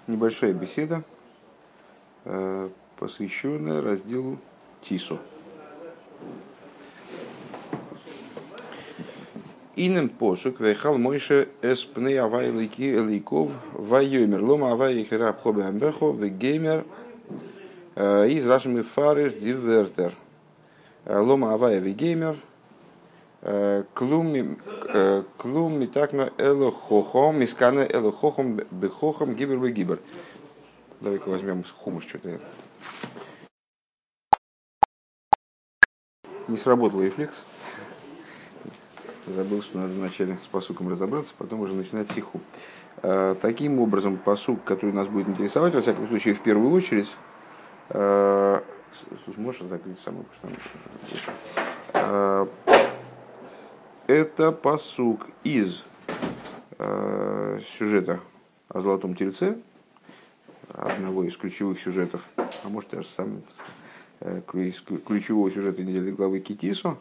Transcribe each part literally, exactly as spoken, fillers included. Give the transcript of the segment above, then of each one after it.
Небольшая беседа, посвященная разделу Тису. Инем посук вейхал Мойше эспней авай лики эликов вайомер лома авай ихера пхобе амбехо вегеймер из рашми фариш дивертер лома авай вегеймер клум клум митакна эло хохом мискана эло хохом бехохом гибер вегибер. Давай-ка возьмем хумус, что-то не сработал рефлекс. Забыл, что надо вначале с пасуком разобраться, потом уже начинать сиху. Таким образом, пасук, который нас будет интересовать, во всяком случае, в первую очередь... Слушай, можешь закрыть саму? Это пасук из сюжета о Золотом Тельце, одного из ключевых сюжетов, а может даже сам ключевого сюжета недельной главы Китису,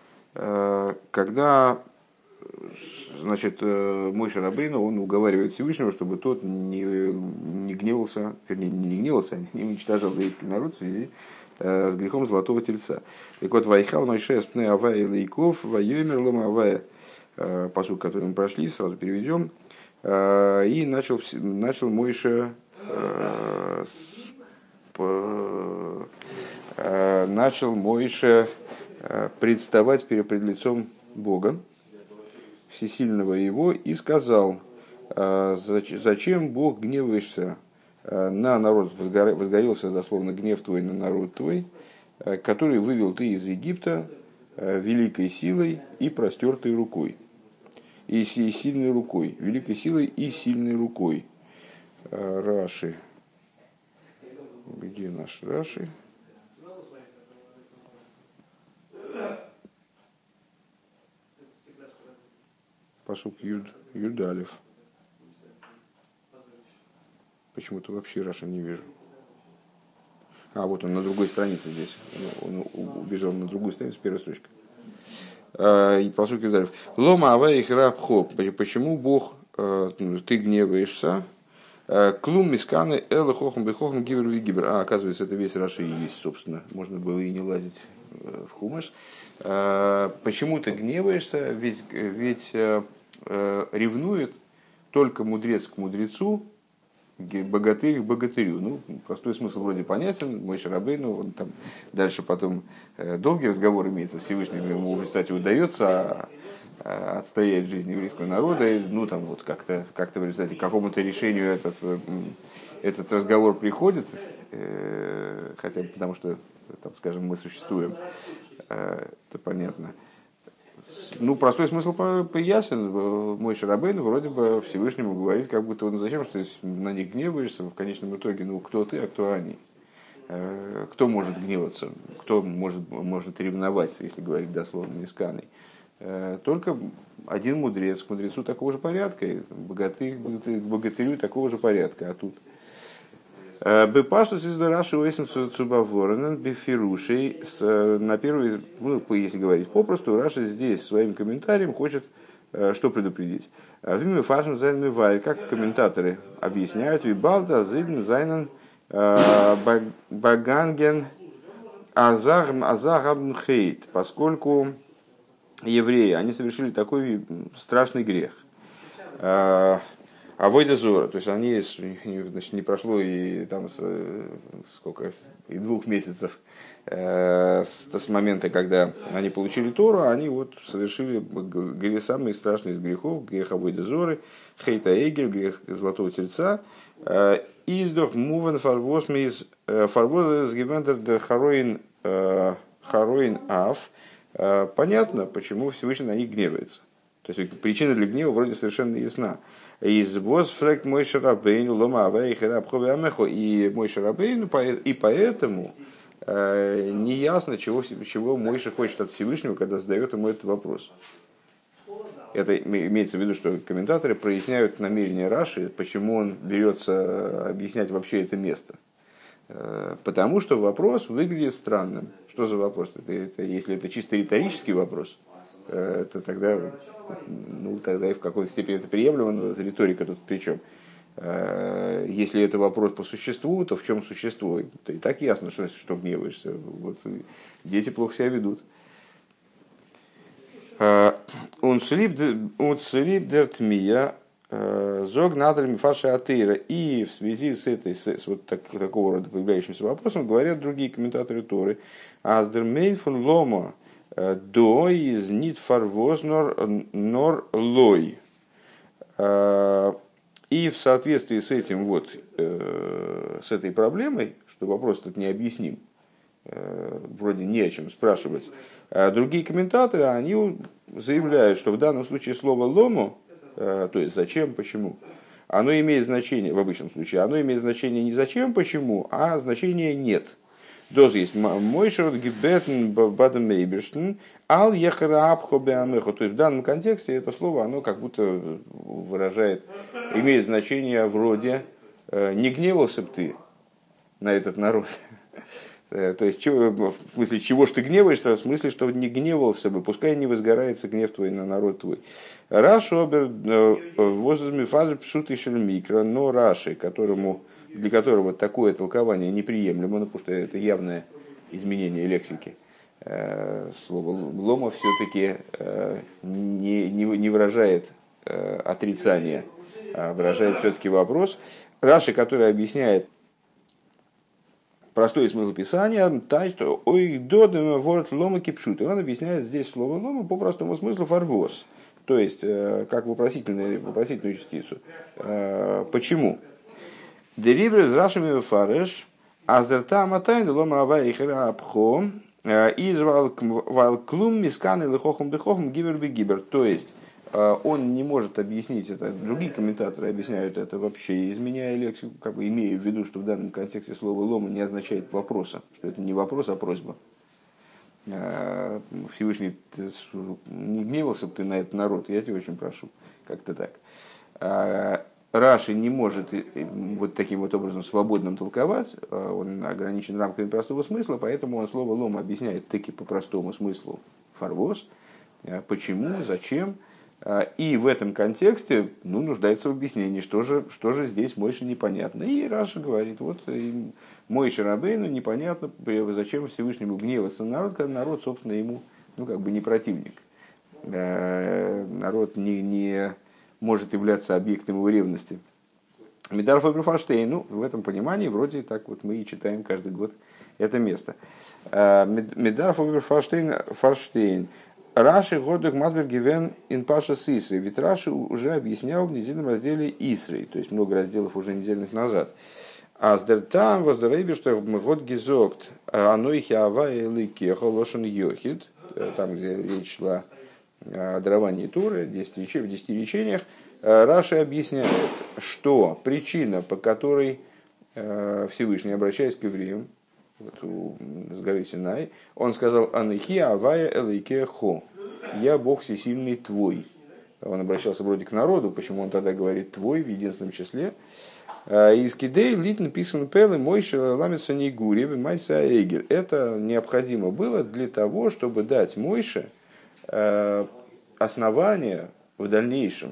когда, значит, Моше Рабейну, он уговаривает Всевышнего, чтобы тот не, не гневался, вернее, не гневался, не уничтожал еврейский народ в связи с грехом Золотого Тельца. Так вот, «Вайхал Моше спне авая лейков, вайомер лома авая», пасук, который мы прошли, сразу переведем, и начал, начал Моше начал Моше представать перед лицом Бога, всесильного его, и сказал: зачем, Бог, гневаешься на народ, возгорелся дословно гнев твой на народ твой, который вывел ты из Египта великой силой и простертой рукой, и сильной рукой, великой силой и сильной рукой. Раши. Где наш Раши? Пасук Юд, Юдалев. Почему-то вообще Раша не вижу. А, вот он на другой странице здесь. Он, он убежал на другую страницу, первая строчка. А, и пасук Юдалев. Лома авай ихра пхо. Почему Бог, ты гневаешься? Клум мисканы элы хохом бехохом гибер вегибер. А, оказывается, это весь Раши и есть, собственно. Можно было и не лазить в хумаш. Почему ты гневаешься? Ведь, ведь ревнует только мудрец к мудрецу, богатырь к богатырю. Ну, простой смысл вроде понятен. Моше Рабейну, он там дальше потом долгий разговор имеется, Всевышнему ему, кстати, удается отстоять жизнь еврейского народа. Ну, там вот как-то, как-то в результате к какому-то решению этот, этот разговор приходит, хотя бы потому что, там, скажем, мы существуем. Это понятно. Ну, простой смысл ясен. Моше Рабейну вроде бы Всевышнему говорит, как будто, ну зачем, что на них гневаешься, в конечном итоге, ну, кто ты, а кто они? Кто может гневаться? Кто может, может ревновать, если говорить дословно мисканой? Только один мудрец к мудрецу такого же порядка, богатырь к богатырю такого же порядка. А тут Бепаштус из Раши Уэсен Цубаворонен Бефирушей, на первый, ну, если говорить попросту, Раши здесь своим комментарием хочет что предупредить. Вими фашн зайнми варь, как комментаторы объясняют, вибалда зидн зайнен баганген азагабнхейт, поскольку евреи, они совершили такой страшный грех. Авойда зора, то есть они, значит, не прошло и там сколько, и двух месяцев э, с, с момента, когда они получили Тору, они вот совершили грех, самый страшный из грехов, грех Авойда зоры, хейта эгер, грех Золотого Тельца, издох мувен фарвозмис фарвоз гивендер дер хароин хароин аф. Понятно, почему Всевышний на них гневается. То есть причина для гнева вроде совершенно ясна. Из восфрект Моше Рабейну лома авай ихера пхобе амехо, и Моше Рабейну, и поэтому э, неясно, чего, чего Моше хочет от Всевышнего, когда задает ему этот вопрос. Это имеется в виду, что комментаторы проясняют намерение Раши, почему он берется объяснять вообще это место. Э, потому что вопрос выглядит странным. Что за вопрос? Это, это, если это чисто риторический вопрос, то тогда, ну, тогда и в какой-то степени это приемлемо, но риторика тут при чем? Если это вопрос по существу, то в чем существо? И так ясно, что, что гневаешься. Вот, дети плохо себя ведут. Он цлип дертмия зог надрами фарша атеира. И в связи с этой, с, с вот так, такого рода появляющимся вопросом говорят другие комментаторы Торы. Аздермейн фон ломо до из нит фарвоз нор лой. И в соответствии с этим вот, с этой проблемой, что вопрос тут необъясним, вроде не о чем спрашивать, другие комментаторы, они заявляют, что в данном случае слово «лому», то есть «зачем», «почему», оно имеет значение, в обычном случае, оно имеет значение не «зачем», «почему», а значение «нет». Доз есть «мойшер гибетн бадам мейберштен ал ехараабхо беамехо». То есть в данном контексте это слово, оно как будто выражает, имеет значение вроде «не гневался бы ты на этот народ». То есть, в смысле, чего ж ты гневаешься? В смысле, что не гневался бы, пускай не возгорается гнев твой на народ твой. Раш обер возьми фазы пшут и шельмикро, но Раши, которому, для которого такое толкование неприемлемо, ну, потому что это явное изменение лексики. Слово лома все-таки не, не, не выражает отрицания, а выражает все-таки вопрос. Раши, который объясняет простой смысл писания, так что ой додем ворот лома кипшут. И он объясняет здесь слово лома по простому смыслу фарвоз. То есть, как вопросительную, вопросительную частицу. Почему? Дерибр из рашами фареш, аздерта матайн лома авай ихра абхо, из валклум мискан или хохом бехохом гибер бегибер. То есть, он не может объяснить это, другие комментаторы объясняют это вообще, изменяя лексику, как бы имея в виду, что в данном контексте слово «лома» не означает вопроса, что это не вопрос, а просьба. Всевышний, ты не гневался бы ты на этот народ, я тебя очень прошу, как-то так. Раши не может вот таким вот образом свободным толковать, он ограничен рамками простого смысла, поэтому он слово «лома» объясняет таки по простому смыслу фарвоз, почему, зачем. И в этом контексте ну, нуждается в объяснении, что же, что же здесь Мойше непонятно. И Раша говорит, вот Мойше Рабейну непонятно, зачем Всевышнему гневаться на народ, когда народ, собственно, ему ну, как бы не противник. Народ не, не может являться объектом его ревности. Медар Фаберфаштейн, ну, в этом понимании вроде так вот мы и читаем каждый год это место. Медар Фаберфаштейн. Раши Годук Масбер Гивен ин Паша с Исрой. Ведь Раши уже объяснял в недельном разделе Исрой, то есть много разделов уже недельных назад. А с дертам воздорейби, что год гизокт, аной хиава или кеха лошен йохид, там, где речь шла о даровании Торы, в десяти речениях, Раши объясняет, что причина, по которой Всевышний, обращаясь к евреям, вот у, с горы Синай, он сказал: «Анахи авая элейке хо», «Я Бог всесильный твой». Он обращался вроде к народу, почему он тогда говорит «твой» в единственном числе. Из кидей лит написан пелы мойши ламится нигури майса эйгер. Это необходимо было для того, чтобы дать Мойше основания в дальнейшем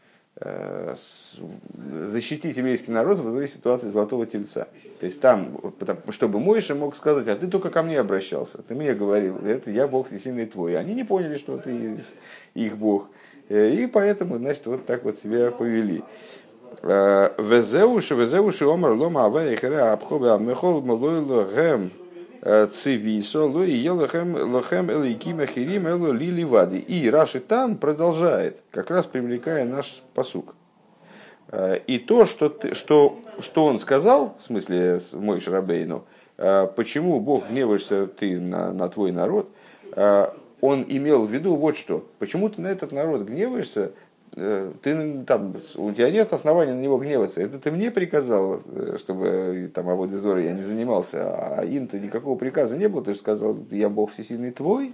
защитить еврейский народ в этой ситуации золотого тельца. То есть там, чтобы Мойше мог сказать: а ты только ко мне обращался, ты мне говорил, это я Бог всесильный твой. Они не поняли, что ты их Бог. И поэтому, значит, вот так вот себя повели. Везеуши, везеуши, омар лома авай хера абхоба мехол малой лохем цивисо лой елохем лохем элейким ахирим эло лили вади. И Раши там продолжает, как раз привлекая наш пасук. И то, что, ты, что, что он сказал, в смысле Мойше Рабейну, почему Бог гневаешься ты на, на твой народ, он имел в виду вот что: почему ты на этот народ гневаешься, ты, там, у тебя нет основания на него гневаться. Это ты мне приказал, чтобы там авода зора я не занимался, а им-то никакого приказа не было. Ты же сказал: я Бог всесильный твой.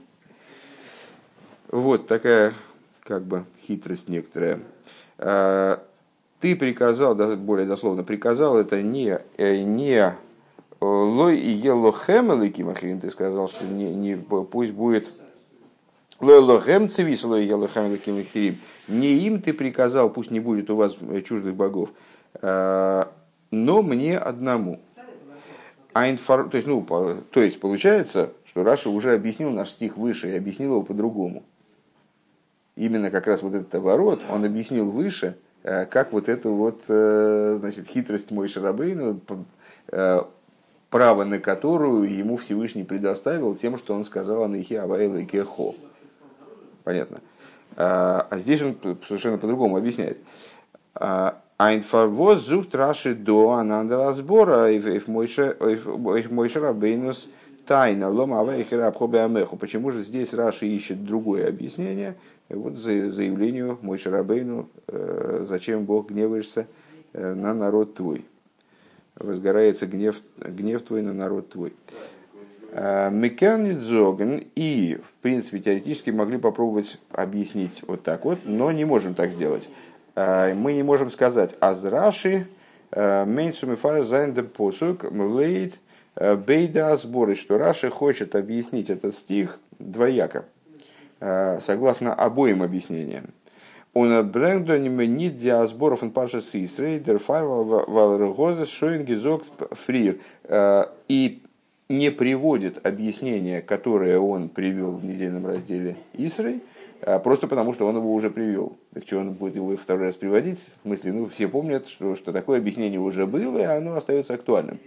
Вот такая как бы хитрость некоторая. Ты приказал, более дословно, приказал это не, не лой и елохем элейким ахирим, ты сказал, что не, не, пусть будет лой лохем цивис лой елохем элейким ахирим, не им ты приказал, пусть не будет у вас чуждых богов, но мне одному. А инфор... то, есть, ну, по... то есть получается, что Раши уже объяснил наш стих выше и объяснил его по-другому. Именно как раз вот этот оборот он объяснил выше, как вот эту вот, значит, хитрость Мойше Рабейну, право на которую ему Всевышний предоставил тем, что он сказал «Анахи авайла и кехо». Понятно. А здесь он совершенно по-другому объясняет. Айнфарвоз зухт Раши до ананда разбора if Мойше Рабейнус тайна лома авайхера обхобе амеху. Почему же здесь Раши ищет другое объяснение? Вот заявлению Мойше Рабейну, зачем Бог гневаешься на народ твой. Возгорается гнев, гнев твой на народ твой. Меканидзоген и, в принципе, теоретически могли попробовать объяснить вот так вот, но не можем так сделать. Мы не можем сказать «Азраши мейнсуми фара зайндем посук млейд бейда сборы», что Раши хочет объяснить этот стих двояко, согласно обоим объяснениям. Он брэнгдониме нит диасборов он паша с Исрей дер файвал валргодес шоингизок фрир, и не приводит объяснение, которое он привел в недельном разделе Исрей, просто потому, что он его уже привел. Так что он будет его второй раз приводить? В смысле, ну, все помнят, что, что такое объяснение уже было, и оно остается актуальным.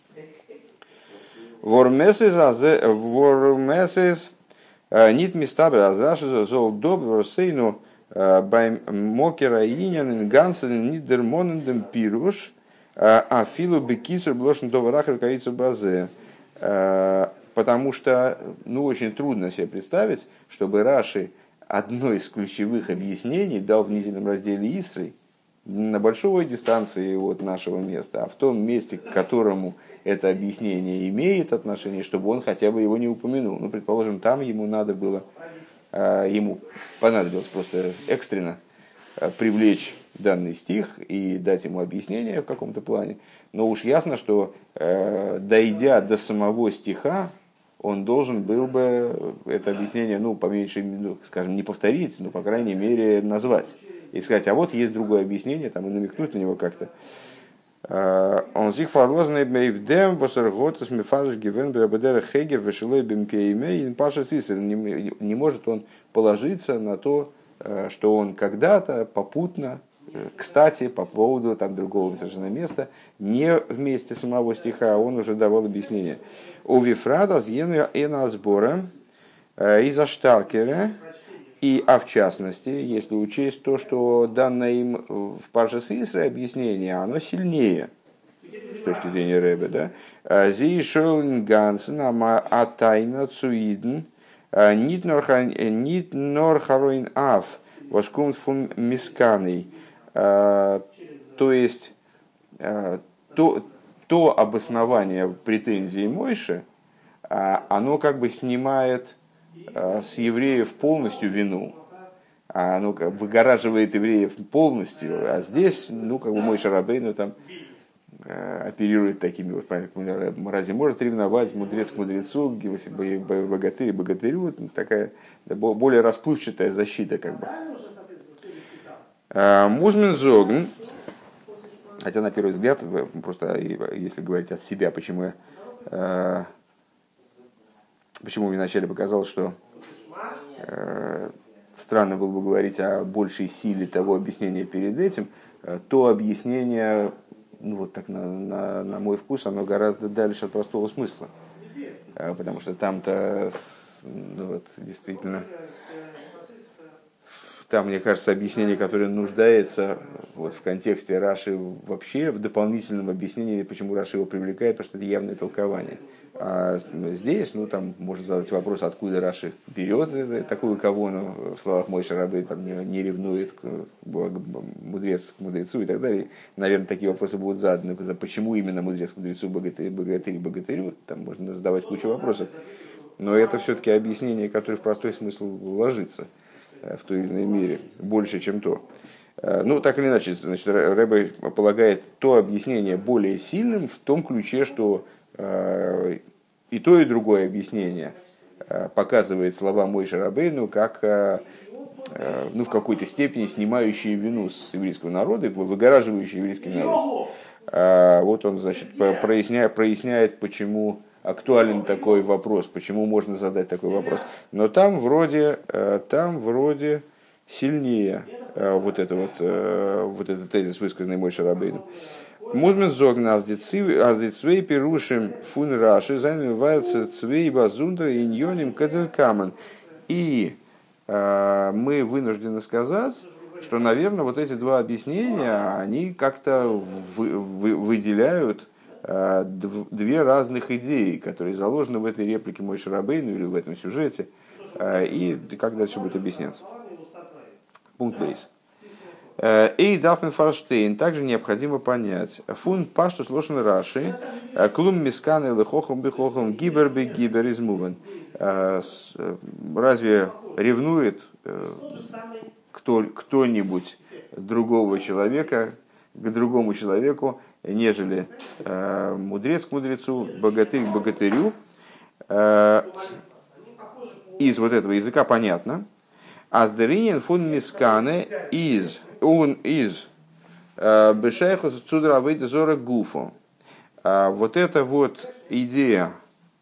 Вормесес нит мистабра азрашу зол добр сейну байм мокера иньян гансен нидермонендем пируш а филу бекису блошн доварах рукавицу базе. Потому что, ну, очень трудно себе представить, чтобы Раши одно из ключевых объяснений дал в недельном разделе Исрей на большой дистанции от нашего места, а в том месте, к которому это объяснение имеет отношение, чтобы он хотя бы его не упомянул. Ну, предположим, там ему надо было, ему понадобилось просто экстренно привлечь данный стих и дать ему объяснение в каком-то плане. Но уж ясно, что дойдя до самого стиха, он должен был бы это объяснение, ну, по меньшей, ну, скажем, не повторить, но, по крайней мере, назвать. И сказать, а вот есть другое объяснение, там, и намекнуть на него как-то. Он зих фарлозный бейвдем, восерготас мифарш гивен беабедера хеге вешелой бимкейме, паша сисер. Не может он положиться на то, что он когда-то попутно, кстати, по поводу там, другого совершенно места, не вместе самого стиха, а он уже давал объяснение. У Вифрада зьена эна сбора из-за штаркера, и, а в частности, если учесть то, что данное им в Паршас Исрей объяснение, оно сильнее с точки зрения Ребе, да? Зи шолн гансен ама атайна цуиден нит норхароин аф воскунт фун мисканый. То есть то, то обоснование претензий Мойше, оно как бы снимает с евреев полностью вину, оно как бы выгораживает евреев полностью, а здесь, ну, как бы Мойше Рабейну там оперирует такими вот, разве может ревновать мудрец к мудрецу, богатырь богатырю, такая более расплывчатая защита, как бы. Музмен зогн, хотя на первый взгляд, просто если говорить от себя, почему я, почему мне вначале показалось, что странно было бы говорить о большей силе того объяснения перед этим, то объяснение, ну вот так на, на, на мой вкус, оно гораздо дальше от простого смысла, потому что там-то, ну вот, действительно, там, мне кажется, объяснение, которое нуждается вот, в контексте Раши вообще, в дополнительном объяснении, почему Раши его привлекает, потому что это явное толкование. А здесь, ну, там можно задать вопрос, откуда Раши берет такую кавону, в словах Мойше Рабейну, там не ревнует мудрец к мудрецу и так далее. Наверное, такие вопросы будут заданы, почему именно мудрец к мудрецу, богатырь, богатырь, богатырю, там можно задавать кучу вопросов. Но это все-таки объяснение, которое в простой смысл ложится в той или иной мере, больше, чем то. Ну, так или иначе, значит, Ребе полагает то объяснение более сильным в том ключе, что э, и то, и другое объяснение э, показывает слова Мойше Рабейну как э, ну, в какой-то степени снимающие вину с еврейского народа, выгораживающие еврейский народ. Вот он, значит, проясняет, проясняет, почему актуален такой вопрос, почему можно задать такой вопрос. Но там вроде, там вроде сильнее вот, это вот, вот этот тезис, высказанный Моше Рабейну. Музмен зогн аздицвей пирушим фун раши зайнем варца цвей базундра иньоним кадзелькаман. И э, мы вынуждены сказать, что, наверное, вот эти два объяснения, они как-то вы, вы, выделяют э, две разных идеи, которые заложены в этой реплике Моше Рабейну или в этом сюжете. Э, и как дальше будет объясняться. Пункт бейс. Эй, Дафмен Фарштейн, также необходимо понять. Фун паштус лошен раши, клум мискан или хохом бихохом гибер би гибер измуван. Разве ревнует кто, кто-нибудь другого человека к другому человеку, нежели мудрец к мудрецу, богатырь к богатырю? Из вот этого языка понятно. Аздеринин фун мискане из он из бешайхус цудра выйдет зора гуфу. Вот эта вот идея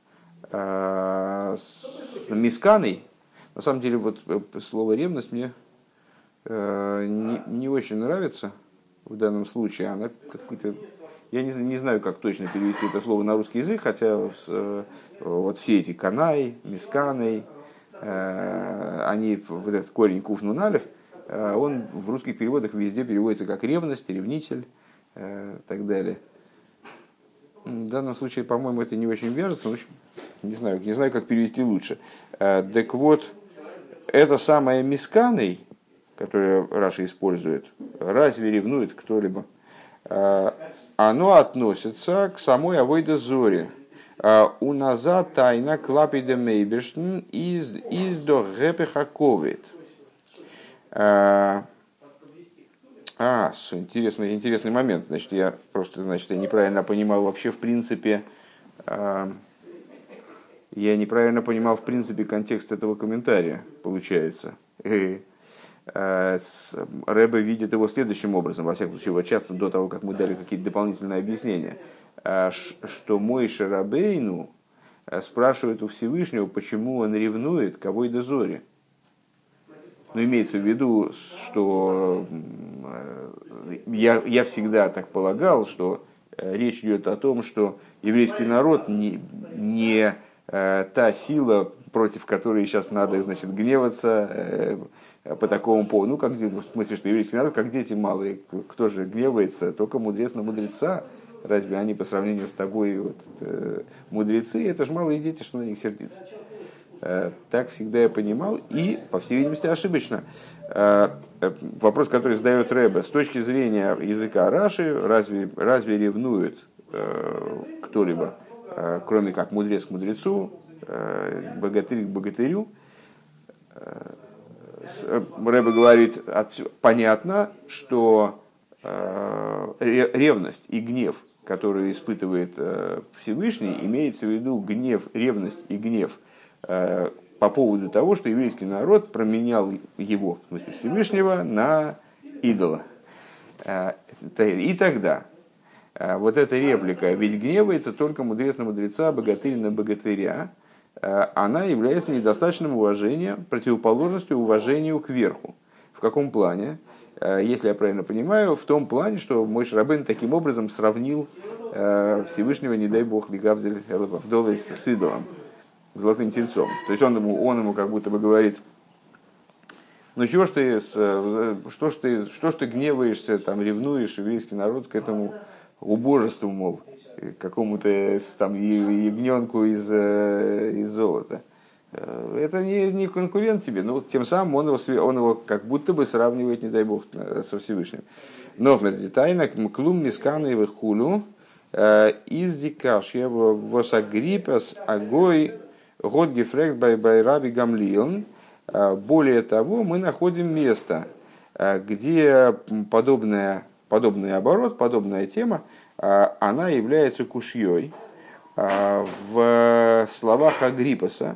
мисканой, на самом деле вот слово ревность мне не, не очень нравится в данном случае. Она какой-то, я не, не знаю, как точно перевести это слово на русский язык, хотя вот все эти канай, мисканой, они, вот этот корень куф нун алеф, он в русских переводах везде переводится как ревность, ревнитель и так далее. В данном случае, по-моему, это не очень вяжется, но не знаю, не знаю, как перевести лучше. Так вот, это самое мисканой, которое Раши использует, разве ревнует кто-либо, оно относится к самой авойде зоре. У наза тайна клапиде мейберштен из до гепеха ковид. А, интересный, интересный момент. Значит, я просто, значит, я неправильно понимал вообще в принципе, я неправильно понимал в принципе контекст этого комментария, получается. Ребе видит его следующим образом, во всяком случае, вот часто до того, как мы дали какие-то дополнительные объяснения, что Моше Рабейну спрашивает у Всевышнего, почему он ревнует к авойде зоре. Но имеется в виду, что я, я всегда так полагал, что речь идет о том, что еврейский народ не, не та сила, против которой сейчас надо, значит, гневаться по такому поводу. Ну, как, в смысле, что еврейский народ, как дети малые, кто же гневается? Только мудрец на мудреца. Разве они по сравнению с тобой вот, мудрецы? Это же малые дети, что на них сердиться. Так всегда я понимал, и, по всей видимости, ошибочно. Вопрос, который задает Ребе, с точки зрения языка Раши, разве, разве ревнует кто-либо, кроме как мудрец к мудрецу, богатырь к богатырю? Ребе говорит, понятно, что ревность и гнев, который испытывает Всевышний, имеется в виду гнев, ревность и гнев по поводу того, что еврейский народ променял его, в смысле Всевышнего, на идола. И тогда вот эта реплика, ведь гневается только мудрец на мудреца, богатырь на богатыря, она является недостаточным уважением, противоположностью уважению к верху. В каком плане? Если я правильно понимаю, в том плане, что Моше Рабейну таким образом сравнил Всевышнего, не дай бог, Лигавдель Авдолой с идолом, золотым тельцом. То есть он ему, он ему как будто бы говорит: ну чего ж ты, что ж ты, что ж ты гневаешься, там, ревнуешь еврейский народ к этому убожеству, мол, к какому-то там ягненку из, из золота. Это не, не конкурент тебе, но тем самым он его, он его как будто бы сравнивает, не дай бог, со Всевышним. Но в Мердитайна клум мискана и хулю из дикашья восагрипас агой год гефрект бай бай раби гамлион. Более того, мы находим место, где подобная, подобный оборот, подобная тема, она является кушьей в словах Агриппаса,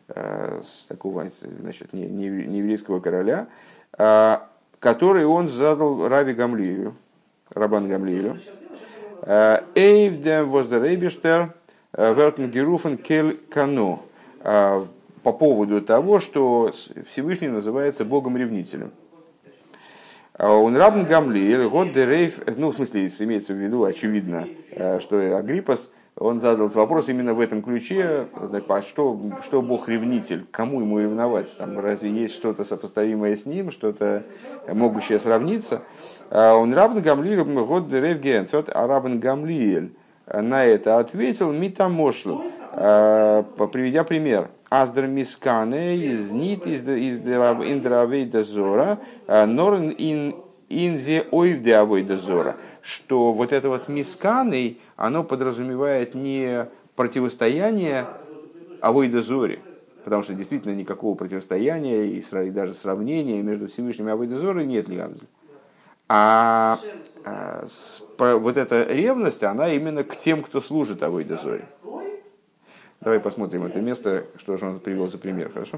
с такого, значит, не, не, не еврейского короля, который он задал Рави Гамлиелю, Рабан Гамлиелю. Эйвдем воздерейбиштер вертенгеруфен кель кано. По поводу того, что Всевышний называется Богом-ревнителем. Он Рабан Гамлиель, год дерейв, ну, в смысле, имеется в виду, очевидно, что Агриппас, он задал этот вопрос именно в этом ключе, а что, что Бог-ревнитель, кому ему ревновать? Там, разве есть что-то сопоставимое с ним, что-то могущее сравниться? Он Рабан Гамлиель, год дерейв гентфет, а Рабан Гамлиель на это ответил митамошлу, приведя пример. Аздр мискане из нит из индравей дозора, норн ин инзе ойвде авой дозора. Что вот это вот мисканы, оно подразумевает не противостояние авой дозоре, потому что действительно никакого противостояния и даже сравнения между Всевышним и авой дозорой нет ли. А, а вот эта ревность, она именно к тем, кто служит авой дозоре. Давай посмотрим это место, что же он привел за пример, хорошо?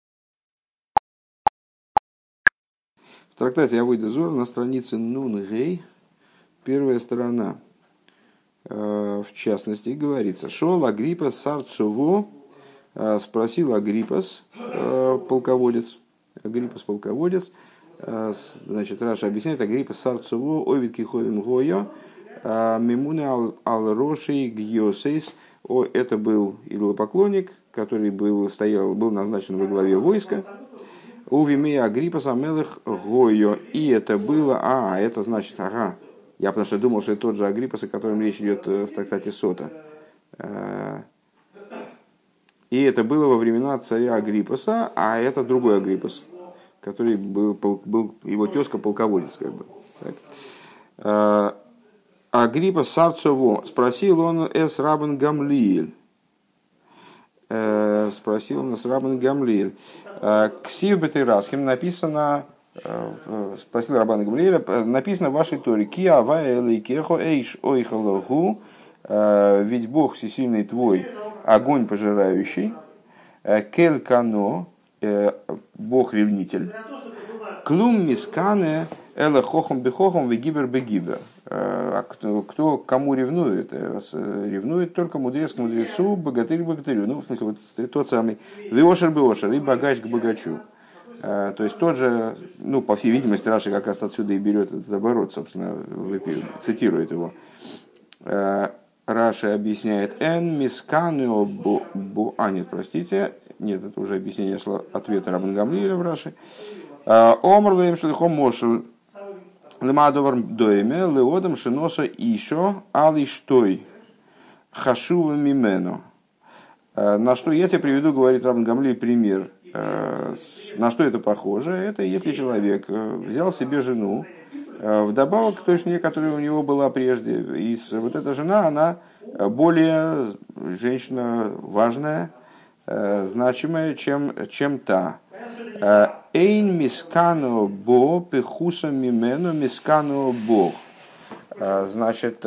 В трактате Авой Дозор на странице Нун Гей, первая сторона, в частности, говорится: Шол Агриппас Сарцово, спросил Агриппас, полководец, Агриппас полководец, значит, Раша объясняет: Агриппас Сарцово, Овид Киховим Гойо, Мимуна Ал-Рошей Гьосейс. О, это был идолопоклонник, который был, стоял, был назначен во главе войска. Увимея Агриппас Амелех Гойо. И это было... А, это значит... Ага. Я потому что думал, что это тот же Агриппас, о котором речь идет в трактате Сота. И это было во времена царя Агриппаса, а это другой Агриппас, который был, был его тезка полководец, как бы. Так. Агриппа Сарцово, спросил он эс Рабан Гамлиель. Э, спросил он эс Рабан Гамлиель. Ксив бетейрасхим написано, э, спросил Рабан Гамлиеля, написано в вашей Торе: Ки авая элейкехо эйш ойхалогу, ведь Бог всесильный твой, огонь пожирающий, кель кано, Бог ревнитель, клум мискане эла хохом бехохом вегибер бегибер. А кто, кто кому ревнует? Ревнует только мудрец к мудрецу, богатырь к богатырю. Ну, в смысле, вот тот самый виошер беошер и богач к богачу. То есть тот же, ну, по всей видимости, Раши как раз отсюда и берет этот оборот, собственно, цитирует его. Раши объясняет: «Эн мисканио бу...» А, нет, простите. Нет, это уже объяснение ответа Рабан Гамлиеля в Раши. «Омр лэйм шлихом мошел лемадовар доиме леодам шиноса ишо алиштой хашува мимену». На что я тебе приведу, говорит Рабан Гамлиель, пример. На что это похоже? Это если человек взял себе жену, вдобавок к той жене, которая у него была прежде. И вот эта жена, она более женщина важная, значимая, чем, чем та. Эйн мискану бо пехуса мимену мискану бог. Значит,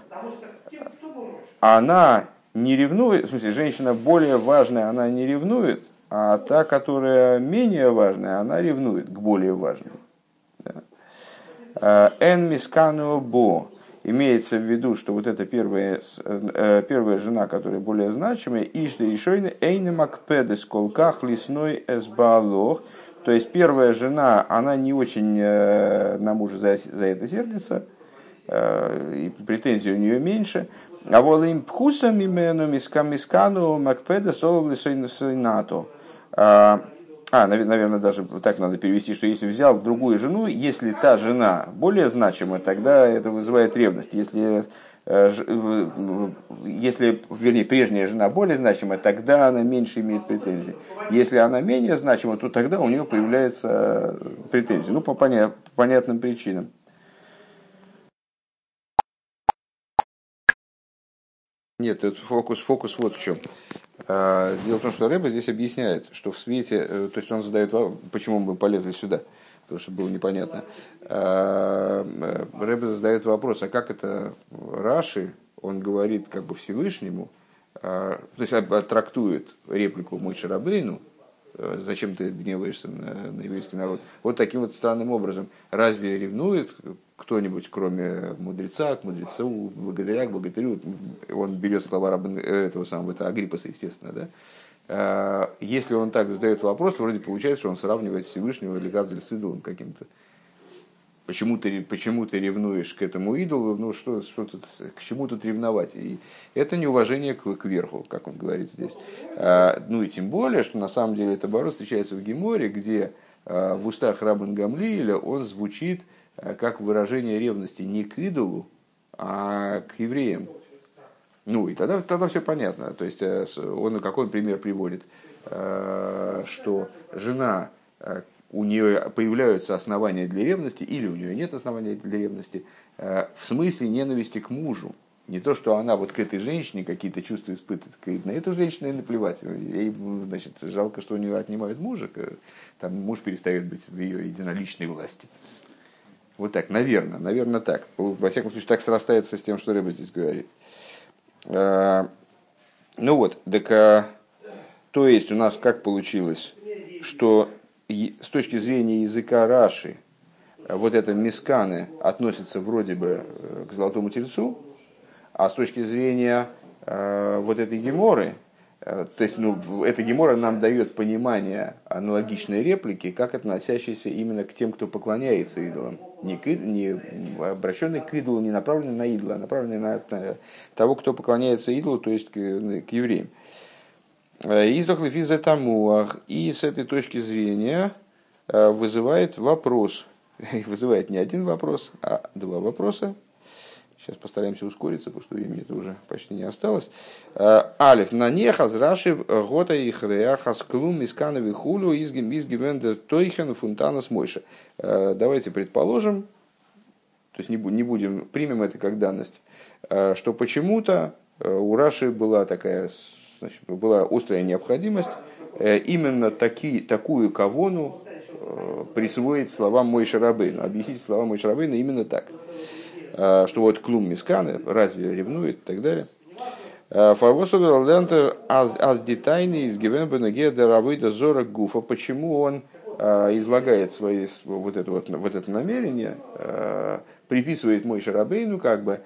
она не ревнует, в смысле, женщина более важная, она не ревнует, а та, которая менее важная, она ревнует к более важной. Эн мискану бо. Имеется в виду, что вот эта первая, первая жена, которая более значимая, ишли решойны эйны макпедес колках лесной эсбалох. То есть первая жена, она не очень на мужа за, за это сердится, и претензий у нее меньше. А вот им пхусам имену мискану макпедес олов лесой нато. А, наверное, даже так надо перевести, что если взял другую жену, если та жена более значима, тогда это вызывает ревность. Если, если, вернее, прежняя жена более значима, тогда она меньше имеет претензий. Если она менее значима, то тогда у нее появляются претензии. Ну, по, поня- по понятным причинам. Нет, это фокус, фокус вот в чем. Дело в том, что Рэбе здесь объясняет, что в свете, то есть он задает вопрос, почему мы полезли сюда, потому что было непонятно. Рэбе задает вопрос, а как это Раши, он говорит как бы Всевышнему, то есть трактует реплику Моше Рабейну, зачем ты гневаешься на, на еврейский народ, вот таким вот странным образом. Разве ревнует кто-нибудь, кроме мудреца, к мудрецу, благодаря, к богатырю? Он берет слова раба, этого самого, это Агриппаса, естественно, да? Если он так задает вопрос, вроде получается, что он сравнивает Всевышнего или Гавделя с идолом каким-то. Почему ты, почему ты ревнуешь к этому идолу? Ну, что, что тут, к чему тут ревновать? И это неуважение к, к верху, как он говорит здесь. А, ну и тем более, что на самом деле это оборот встречается в Геморе, где а, в устах Раббан Гамлиэля он звучит а, как выражение ревности не к идолу, а к евреям. Ну и тогда, тогда все понятно. То есть он какой пример приводит, а, что жена, у нее появляются основания для ревности, или у нее нет оснований для ревности, в смысле ненависти к мужу. Не то, что она вот к этой женщине какие-то чувства испытывает, на эту женщину и наплевать. Ей, значит, жалко, что у нее отнимают мужа, там муж перестает быть в ее единоличной власти. Вот так, наверное, наверное так. Во всяком случае, так срастается с тем, что Ребе здесь говорит. Ну вот, так, то есть у нас как получилось, что с точки зрения языка Раши, вот это мисканы относится вроде бы к золотому тельцу, а с точки зрения э, вот этой геморы, э, то есть ну, эта гемора нам дает понимание аналогичной реплики, как относящейся именно к тем, кто поклоняется идолам, не, к, не обращенный к идолу, не направленный на идола, а направленный на, на того, кто поклоняется идолу, то есть к, к евреям. И с этой точки зрения вызывает вопрос, вызывает не один вопрос, а два вопроса. Сейчас постараемся ускориться, потому что времени-то уже почти не осталось. Алиф, на нехаз раши гота их реахас клум исканови хулю изгивендер тойхен фунтанас мойша. Давайте предположим, то есть не будем, примем это как данность, что почему-то у Раши была такая, значит, была острая необходимость именно таки, такую кавону присвоить словам Моше Рабейну, объяснить слова Моше Рабейну именно так. Что вот клум мисканы, разве ревнует и так далее. Почему он излагает свои, вот, это вот, вот это намерение, приписывает Моше Рабейну как бы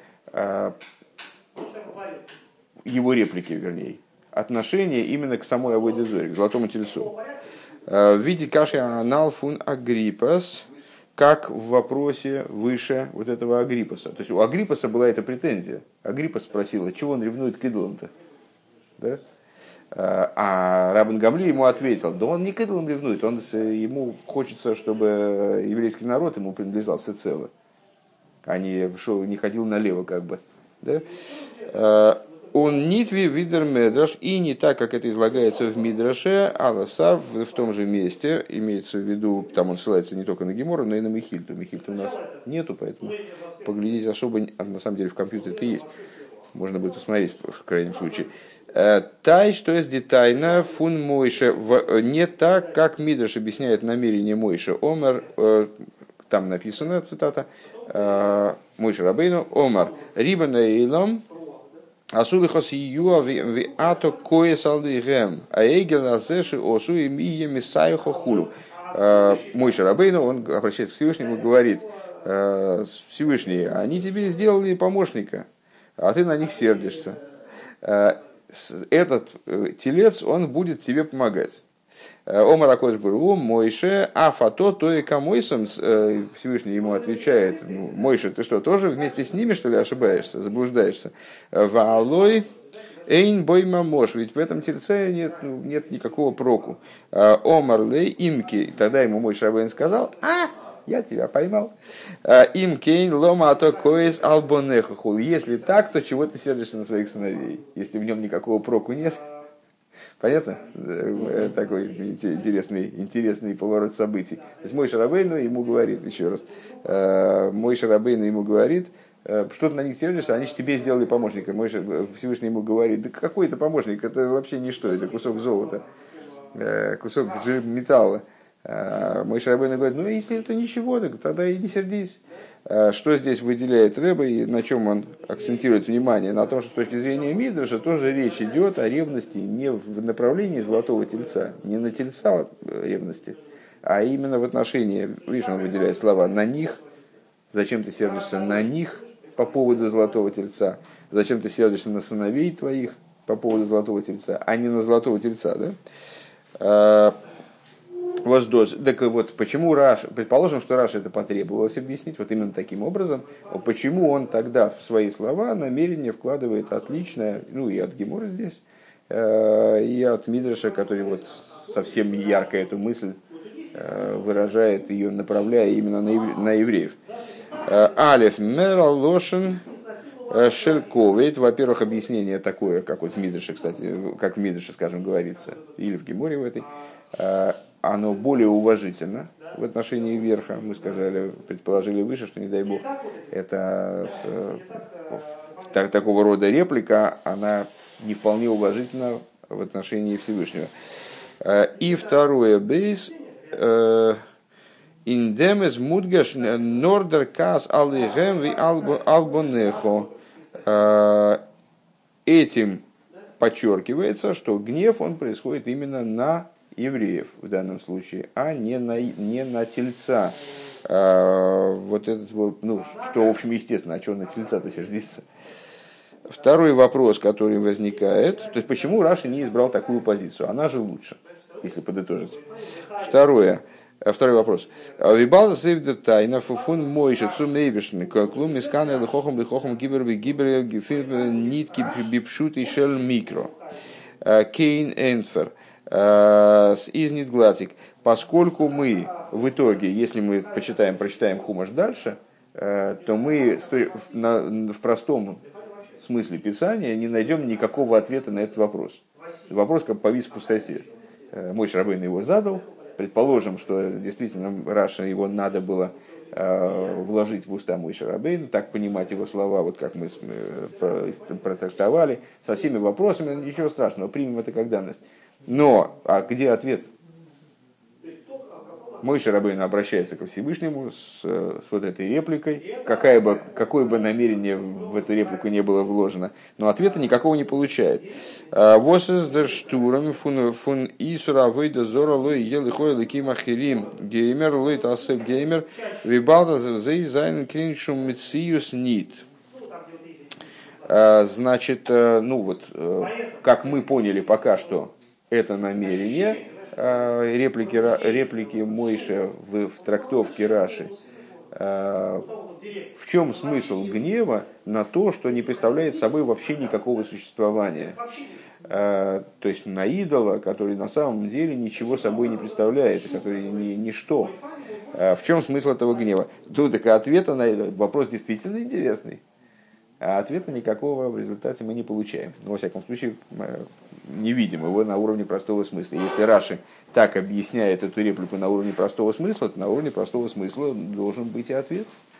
его реплики, вернее, отношение именно к самой авойде зоре, к золотому тельцу. В виде каши анал фун Агриппас, как в вопросе выше вот этого Агриппаса. То есть у Агриппаса была эта претензия. Агриппас спросил, чего он ревнует к идолам-то? Да? А Раббан Гамли ему ответил, да он не к идолам ревнует, он, ему хочется, чтобы еврейский народ ему принадлежал всецело, а не, что, не ходил налево как бы. Да? Он нитви видер медраш, и не так, как это излагается в Мидраше, аласар в, в том же месте, имеется в виду, там он ссылается не только на Гемору, но и на Мехильту. Мехильту у нас нету, поэтому поглядеть особо, на самом деле в компьютере-то есть, можно будет посмотреть в крайнем случае. Тай, что есть детайно, фун Мойше, не так, как Мидраш объясняет намерение Мойше. Омар, там написано, цитата, Мойше Рабейну, Омар, рибана илам, Асулихос Юа ви ато кое салдыгем, а эгел азеши осу и мие мисаюхо хулу. Моше Рабейну, он обращается к Всевышнему и говорит: Всевышний, они тебе сделали помощника, а ты на них сердишься. Этот телец, он будет тебе помогать. Омар Акодыш Барух Моше, а фато то и камойсом, Всевышний ему отвечает: Моше, ты что, тоже вместе с ними, что ли, ошибаешься, заблуждаешься? Ваалой эйн бойма мош, ведь в этом тельце нет, нет никакого проку. Омар лей имки, тогда ему Моше Рабейну сказал: а, я тебя поймал. Имкейн лома ато коис албонехахул. Если так, то чего ты сердишься на своих сыновей, если в нем никакого проку нет? Понятно? Такой интересный, интересный поворот событий. То есть Моше Рабейну ему говорит, еще раз, Моше Рабейну ему говорит, что ты на них сердишься, они же тебе сделали помощника. Моше, Всевышний ему говорит: да какой это помощник, это вообще ничто, это кусок золота, кусок металла. Моше Рабейну говорит, ну если это ничего, так тогда и не сердись. Что здесь выделяет Ребе и на чем он акцентирует внимание? На том, что с точки зрения Мидраша тоже речь идет о ревности не в направлении золотого тельца, не на тельца ревности, а именно в отношении, видишь, он выделяет слова «на них», зачем ты сердишься на них по поводу золотого тельца, зачем ты сердишься на сыновей твоих по поводу золотого тельца, а не на золотого тельца, да? Воздос. Так вот, почему Раш, предположим, что Раш это потребовалось объяснить вот именно таким образом, почему он тогда в свои слова намерение вкладывает отличное, ну и от Гемора здесь, и от Мидраша, который вот совсем ярко эту мысль выражает, ее направляя именно на евреев. Алеф Мера Лошен Шельковейт, во-первых, объяснение такое, как вот в Мидраше, кстати, как в Мидраше, скажем, говорится, или в Геморе в этой, оно более уважительно в отношении верха. Мы сказали, предположили выше, что, не дай бог, это с, так, такого рода реплика, она не вполне уважительна в отношении Всевышнего. И второе, бейс, индемес мудгаш нордер кас алихем ви албонехо. Этим подчеркивается, что гнев он происходит именно на евреев в данном случае, а не на, не на тельца. А, вот этот вот, ну, что, в общем, естественно, а что на тельца-то сердиться? Второй вопрос, который возникает, то есть почему Раши не избрал такую позицию? Она же лучше, если подытожить. Второе. Второй вопрос. Вибал зевда тайна фуфун мойши цумейбишны клум мисканы лихохом лихохом гибер гибер гифир нитки бипшут и шел микро. Кейн энфер. Из Нидгласик, поскольку мы в итоге, если мы почитаем, прочитаем Хумаш дальше, то мы в простом смысле Писания не найдем никакого ответа на этот вопрос. Вопрос как повис в пустоте. Моше Рабейну его задал. Предположим, что действительно Раша его надо было вложить в уста Моше Рабейну, так понимать его слова, вот как мы протрактовали, со всеми вопросами, ничего страшного, примем это как данность. Но, а где ответ? Моше Рабейну обращается ко Всевышнему с, с вот этой репликой, какая бы, какое бы намерение в эту реплику не было вложено, но ответа никакого не получает. «Вос из дер штурм фун исура выйда зора лой ел хой леки махирим геймер лой тасе геймер вибалда зей зайн клиншум мициюс нит». Значит, ну вот, как мы поняли пока что, это намерение реплики, реплики Мойше в, в трактовке Раши. В чем смысл гнева на то, что не представляет собой вообще никакого существования? То есть на идола, который на самом деле ничего собой не представляет, который ни, ничто. В чем смысл этого гнева? Тут так ответа на этот вопрос действительно интересный. А ответа никакого в результате мы не получаем. Но, во всяком случае, не видим его на уровне простого смысла. Если Раши так объясняет эту реплику на уровне простого смысла, то на уровне простого смысла должен быть и ответ.